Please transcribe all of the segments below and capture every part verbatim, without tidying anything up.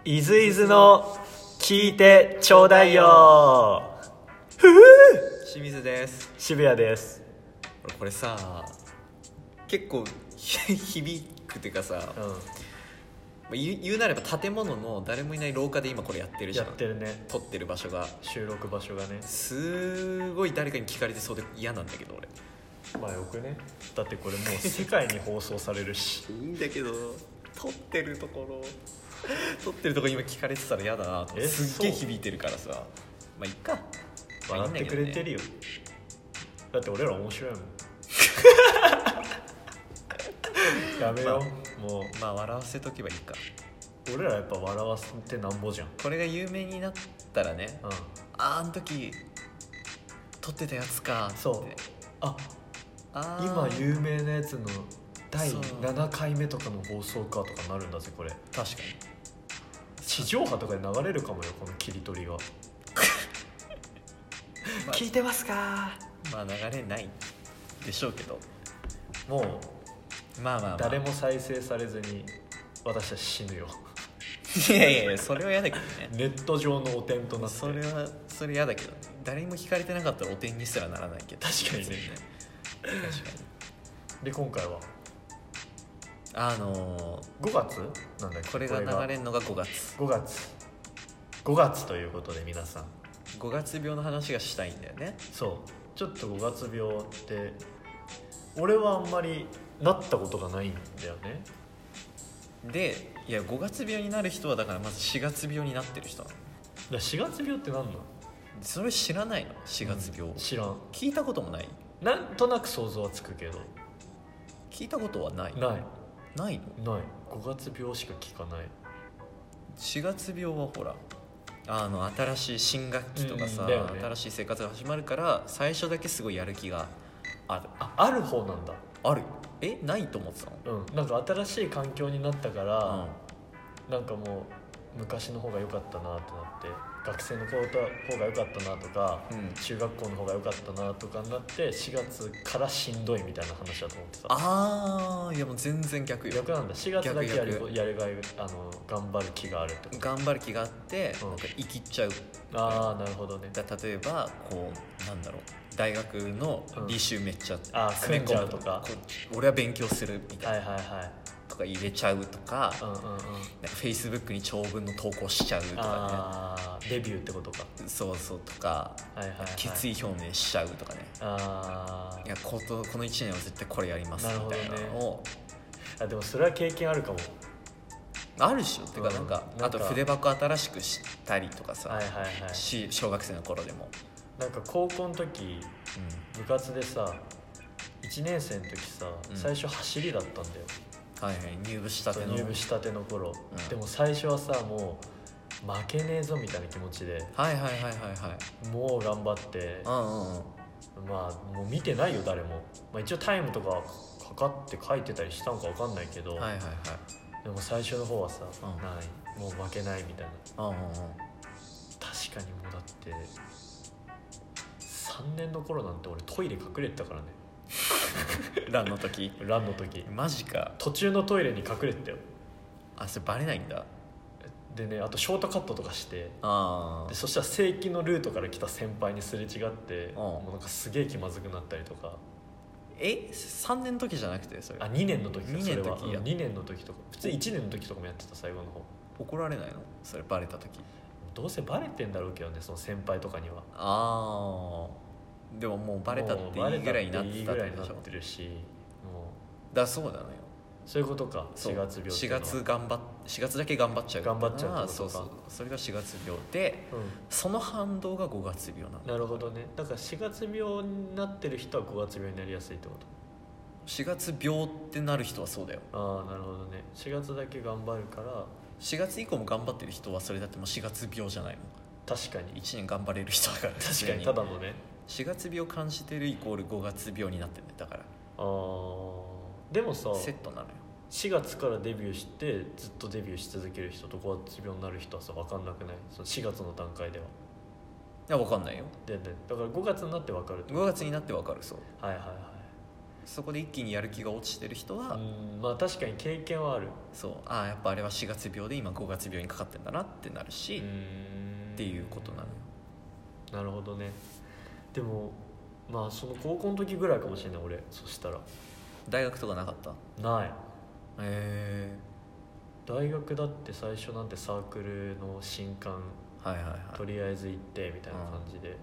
イズイズの聞いてちょうだいよ。ふふ清水です。 渋谷です。 俺これさ結構響くっていうかさ、うん、言, 言うなれば建物の誰もいない廊下で今これやってるじゃん。 やってるね。 撮ってる場所が収録場所がねすごい誰かに聞かれてそうで嫌なんだけど俺。 まあよくね。だってこれもう世界に放送されるしいいんだけど撮ってるところ撮ってるところ今聞かれてたら嫌だなと。すっげえ響いてるからさ、まあいっか、 笑ってくれてるよ、ね、だって俺ら面白いもんやめよう、まあ、もうまあ笑わせとけばいいか。 俺らやっぱ笑わせてなんぼじゃん。 これが有名になったらね、うん、ああの時撮ってたやつかって。 そう、ああ今有名なやつのだいななかいめとかの放送かとかなるんだぜこれ。 確かに地上波とかで流れるかもよこの切り取りが聞いてますか。 まあ流れないでしょうけど、 もうまあまあ、まあ、 誰も再生されずに私は死ぬよいやいやいやそれは嫌だけどね。 ネット上の汚点となって。 それはそれ嫌だけど、ね、誰も聞かれてなかったら汚点にすらならないけど。 確かにね確かに。 で今回はあのー、 ごがつなんだっけ。 これが流れるのがごがつごがつごがつということで皆さんごがつ病の話がしたいんだよね。 そうちょっとごがつ病って俺はあんまりなったことがないんだよね。 でいやごがつ病になる人はだからまずしがつ病になってる人なの。 だしがつ病って何なの。 それ知らないの。しがつ病、うん、 知らん。 聞いたこともない。 なんとなく想像はつくけど聞いたことはない。 ないないの。ないごがつ病しか聞かない。 しがつ病はほらあの新しい新学期とかさ、うんね、新しい生活が始まるから最初だけすごいやる気がある。 あ、ある方なんだ。 ある。えないと思ってたの。 うん、なんか新しい環境になったから、うん、なんかもう昔の方が良かったなってなって、学生の方が良かったなとか、うん、中学校の方が良かったなとかになってしがつからしんどいみたいな話だと思ってた。 ああいやもう全然逆よ。 逆なんだ。しがつだけやるやるがいあの頑張る気があるってこと。 頑張る気があって、うん、なんか生きっちゃう。 ああなるほどね。 だ例えばこうなんだろう大学の履修めっちゃ、うん、 あ組んじゃうとか、 俺は勉強するみたいな、 はいはいはいとか入れちゃうとか、うんうんうん、なんか Facebook に長文の投稿しちゃうとかね。 あデビューってことか。 そうそうとか、はいはいはい、決意表明しちゃうとかね。あいや こ, このいちねんは絶対これやりますみたいなのを、ね、 あでもそれは経験あるかも。 あるでしょ。っていうかなんか、うん、あと筆箱新しくしたりとかさ、 はいはいはい、 小学生の頃でもなんか高校の時、うん、部活でさいちねん生の時さ、うん、最初走りだったんだよ。 はいはい、入部したての入部したての頃、うん、でも最初はさもう負けねえぞみたいな気持ちで、 はいはいはいはいはいもう頑張って、うんうんうん、まあもう見てないよ誰も、まあ、一応タイムとかかかって書いてたりしたのか分かんないけど、はいはいはい、でも最初の方はさ、うん、ないもう負けないみたいな、うんうんうん、確かにもうだってさんねんの頃なんて俺トイレ隠れてたからねランの時ランの時マジか。 途中のトイレに隠れてたよ。 あそれバレないんだ。 でねあとショートカットとかして、あでそしたら正規のルートから来た先輩にすれ違って、もうなんかすげえ気まずくなったりとか。 えさんねんの時じゃなくてそれ。 あにねんの時か。 にねんの時や、 にねんの時とか普通いちねんの時とかもやってた。最後の方怒られないのそれバレた時。 どうせバレてんだろうけどねその先輩とかには。 ああでももうバレたっていいぐらいになってたってでしょ。 ってるしもうだそうなのよ。 そういうことか。しがつ病ってしがつ頑張っしがつだけ頑張っちゃう頑張っちゃうってことか。 そうそうそれがしがつ病で、うん、その反動がごがつ病なの。 なるほどね。だからしがつ病になってる人はごがつ病になりやすいってこと。 しがつ病ってなる人はそうだよ。 ああなるほどね。しがつだけ頑張るからしがつ以降も頑張ってる人はそれだってもうしがつ病じゃないの。 確かにいちねん頑張れる人だから。 確かにただのねしがつ病を感じてるイコールごがつ病になってるね。だからあでもさセットなのよ。 しがつからデビューしてずっとデビューし続ける人とごがつ病になる人はさ分かんなくない。そのしがつの段階では。 いや分かんないよ。 ででだからごがつになって分かる。 ごがつになって分かる。そうはいはいはい。 そこで一気にやる気が落ちてる人は、 うんまあ確かに経験はある。 そうああやっぱあれはしがつ病で今ごがつ病にかかってんだなってなるし、 うんっていうことなのよ。 なるほどね。でもまあその高校の時ぐらいかもしれない俺。そしたら大学とかなかった？ ない。 へえ大学だって最初なんてサークルの新刊、 はいはいはい、 とりあえず行ってみたいな感じで、うん、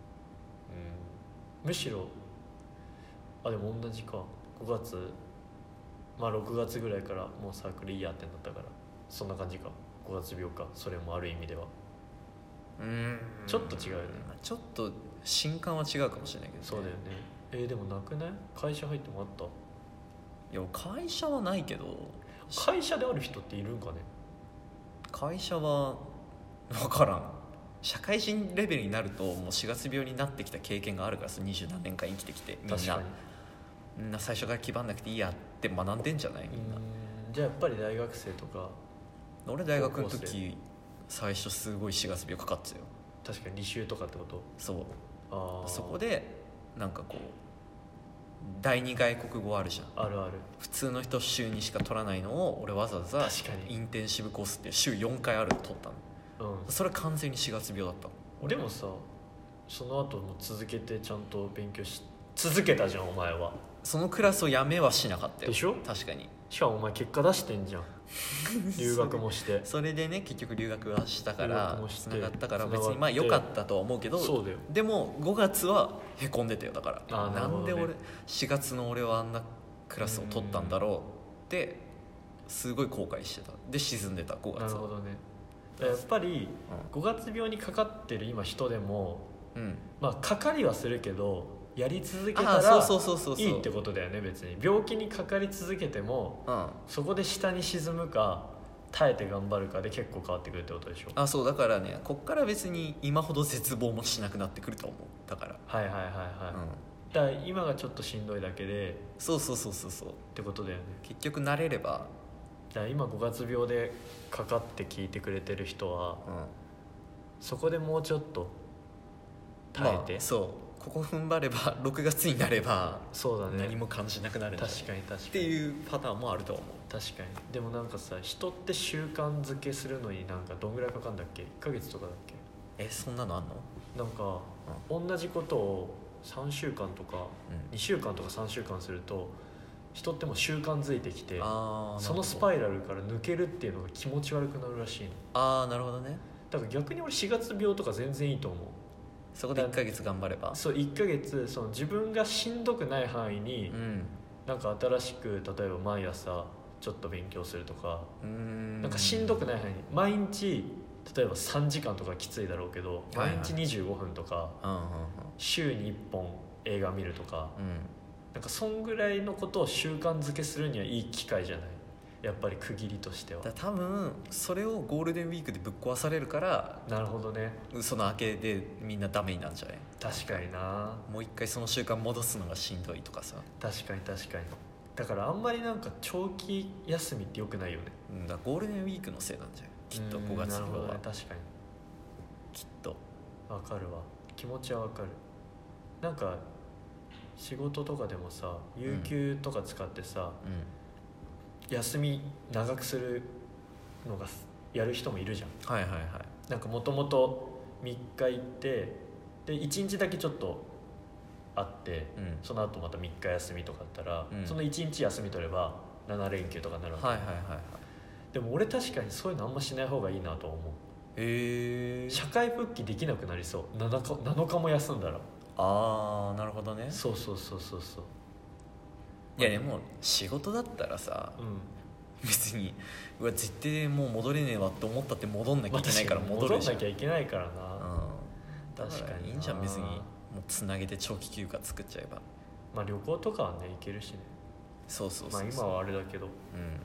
むしろあでも同じかごがつまあろくがつぐらいからもうサークルいいやってなったからそんな感じか。ごがつ病か。それもある意味ではうんちょっと違うよね。 ちょっと新刊は違うかもしれないけど、ね、 そうだよね。えー、でもなくない？会社入ってもあった？ いや会社はないけど会社である人っているんかね。 会社は分からん。社会人レベルになるともうしがつ病になってきた経験があるからさ、にじゅう何年間生きてきてみんな確かにみんな最初から気張んなくていいやって学んでんじゃないみんな。 うんじゃあやっぱり大学生とか。 俺大学の時最初すごいしがつ病かかってたよ。 確かに履修とかってこと？ そうあそこでなんかこう第二外国語あるじゃん。 あるある。 普通の人週にしか取らないのを俺わざわざ確かにインテンシブコースって週よんかいあるの取ったの、 うん、 それ完全にしがつ病だったの。 でもさその後も続けてちゃんと勉強し続けたじゃんお前は。 そのクラスをやめはしなかったよ。 でしょ。 確かに。 しかもお前結果出してんじゃん留学もしてそれでね結局留学はしたからつながったから別つながってにまあ良かったとは思うけど、 そうだよ。 でもごがつはへこんでたよ。だからあーなるほどねなんで俺しがつの俺はあんなクラスを取ったんだろうってすごい後悔してた。で沈んでたごがつは。 なるほどね。やっぱりごがつ病にかかってる今人でも、 うん、 まあかかりはするけどやり続けたらいいってことだよね。別に病気にかかり続けても、うん、そこで下に沈むか耐えて頑張るかで結構変わってくるってことでしょ。 あそうだからねこっから別に今ほど絶望もしなくなってくると思う。だからはいはいはいはい、うん、だから今がちょっとしんどいだけでそうそうそうそうそうってことだよね。 結局慣れれば。 だから今ごがつ病でかかって聞いてくれてる人は、うん、そこでもうちょっと耐えて、 まあ、そうここ踏ん張ればろくがつになればそうだね何も感じなくなるんだ、ね、 確かに確かにっていうパターンもあると思う。 確かに。でもなんかさ人って習慣づけするのになんかどんぐらいかかるんだっけ？いっかげつとかだっけ？ えそんなのあんの？ なんか、うん、同じことをさんしゅうかんとか、うん、にしゅうかんとかさんしゅうかんすると人っても習慣づいてきてそのスパイラルから抜けるっていうのが気持ち悪くなるらしいの。 ああなるほどね。 だから逆に俺しがつ病とか全然いいと思う。 そこでいっかげつ頑張れば。 そういっかげつその自分がしんどくない範囲に、うん、なんか新しく例えば毎朝ちょっと勉強するとか、うーんなんかしんどくない範囲に毎日例えばさんじかんとかきついだろうけど、はいはい、毎日にじゅうごふんとか、うんうんうん、週にいっぽん映画見るとか、うん、なんかそんぐらいのことを習慣づけするにはいい機会じゃない。やっぱり区切りとしては。 だ多分それをゴールデンウィークでぶっ壊されるから。 なるほどね。 その明けでみんなダメになるんじゃない？ 確かにな。 もう一回その習慣戻すのがしんどいとかさ。 確かに確かに。だからあんまりなんか長期休みってよくないよね。 うん、だゴールデンウィークのせいなんじゃないきっとごがつのは。なるほどね。 確かにきっとわかるわ。気持ちはわかる。なんか仕事とかでもさ有給とか使ってさ、うんうん休み長くするのがやる人もいるじゃん。 はいはいはい。 なんかもともとみっか行ってでいちにちだけちょっとあって、うん、その後またみっか休みとかだったら、うん、そのいちにち休み取ればななれんきゅうとかになるわけ、 はいはいはいはい、 でも俺確かにそういうのあんましない方がいいなと思う。 へえ。 社会復帰できなくなりそう。 ななか, なのかも休んだら。 ああなるほどね。 そうそうそうそうそう。 いやでも仕事だったらさ、うん、別にうわ絶対もう戻れねえわって思ったって戻んなきゃいけないから戻るじゃん。 戻んなきゃいけないからな、うん、 確かにいいんじゃん別にもうつなげて長期休暇作っちゃえば。 まあ旅行とかはね行けるしね。 そうそうそうそう。 まあ今はあれだけど、うん、うんうんうんうん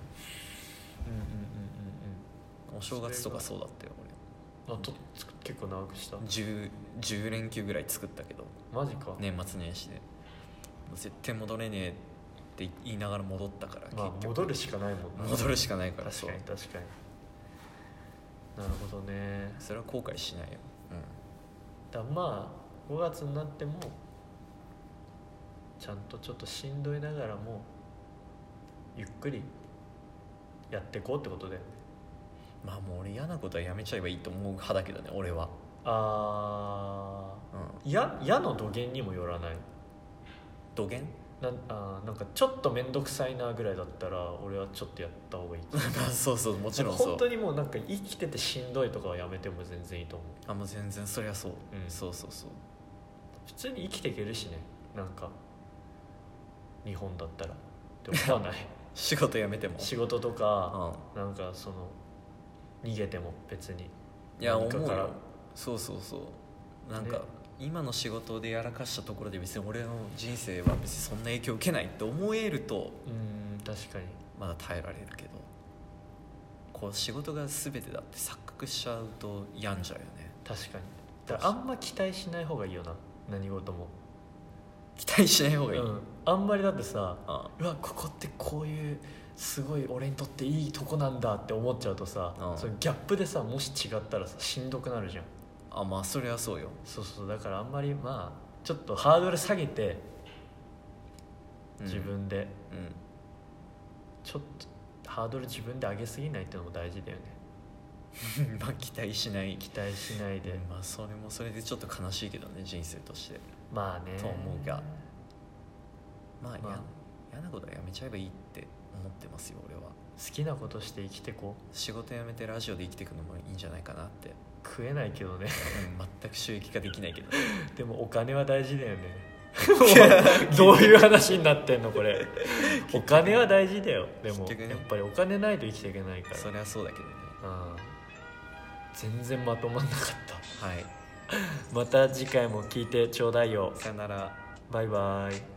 うん。お正月とかそうだったよ俺。あと結構長くした。 10, 10連休ぐらい作ったけど。 マジか。 年末年始で絶対戻れねえって言いながら戻ったから、 まあ、結局戻るしかないもんな。戻るしかないから。 確かに確かに。なるほどね。 それは後悔しないよ、うん、 だまあごがつになってもちゃんとちょっとしんどいながらもゆっくりやっていこうってことだよね。 まあもう俺嫌なことはやめちゃえばいいと思う派だけどね俺は。 あー、うん、や嫌の度限にもよらない。 度限なあなんかちょっと面倒くさいなぐらいだったら俺はちょっとやった方がいいそうそうもちろんそう。 本当にもうなんか生きててしんどいとかはやめても全然いいと思う。 あもう全然そりゃそう、 うん、 そうそうそう。 普通に生きていけるしね。なんか日本だったらって思わない仕事辞めても仕事とか、うん、なんかその逃げても別に。 いや思うよ。そうそうそうなんか、ね、今の仕事でやらかしたところで別に俺の人生は別にそんな影響を受けないって思えるとうん確かにまだ耐えられるけど、こう仕事が全てだって錯覚しちゃうと病んじゃうよね。 確かに。だからあんま期待しない方がいいよな。何事も期待しない方がいい、 うん、あんまりだってさ、 ああうわここってこういうすごい俺にとっていいとこなんだって思っちゃうとさ、 ああそのギャップでさもし違ったらさしんどくなるじゃん。 あまあそれはそうよ。 そうそうだからあんまりまあちょっとハードル下げて自分で、 うん、うん、 ちょっとハードル自分で上げすぎないっていうのも大事だよねまあ期待しない期待しないで、 まあそれもそれでちょっと悲しいけどね人生として。 まあねと思うがまあ、 まあ、 や嫌なことはやめちゃえばいいって思ってますよ俺は。 好きなことして生きてこう。 仕事辞めてラジオで生きていくのもいいんじゃないかなって。 食えないけどね、 うん、全く収益化できないけどでもお金は大事だよねどういう話になってんのこれお金は大事だよ。でも、ね、やっぱりお金ないと生きていけないから。 そりゃそうだけどね、 うん、全然まとまんなかったはいまた次回も聞いてちょうだいよ。 さよなら。 バイバイ。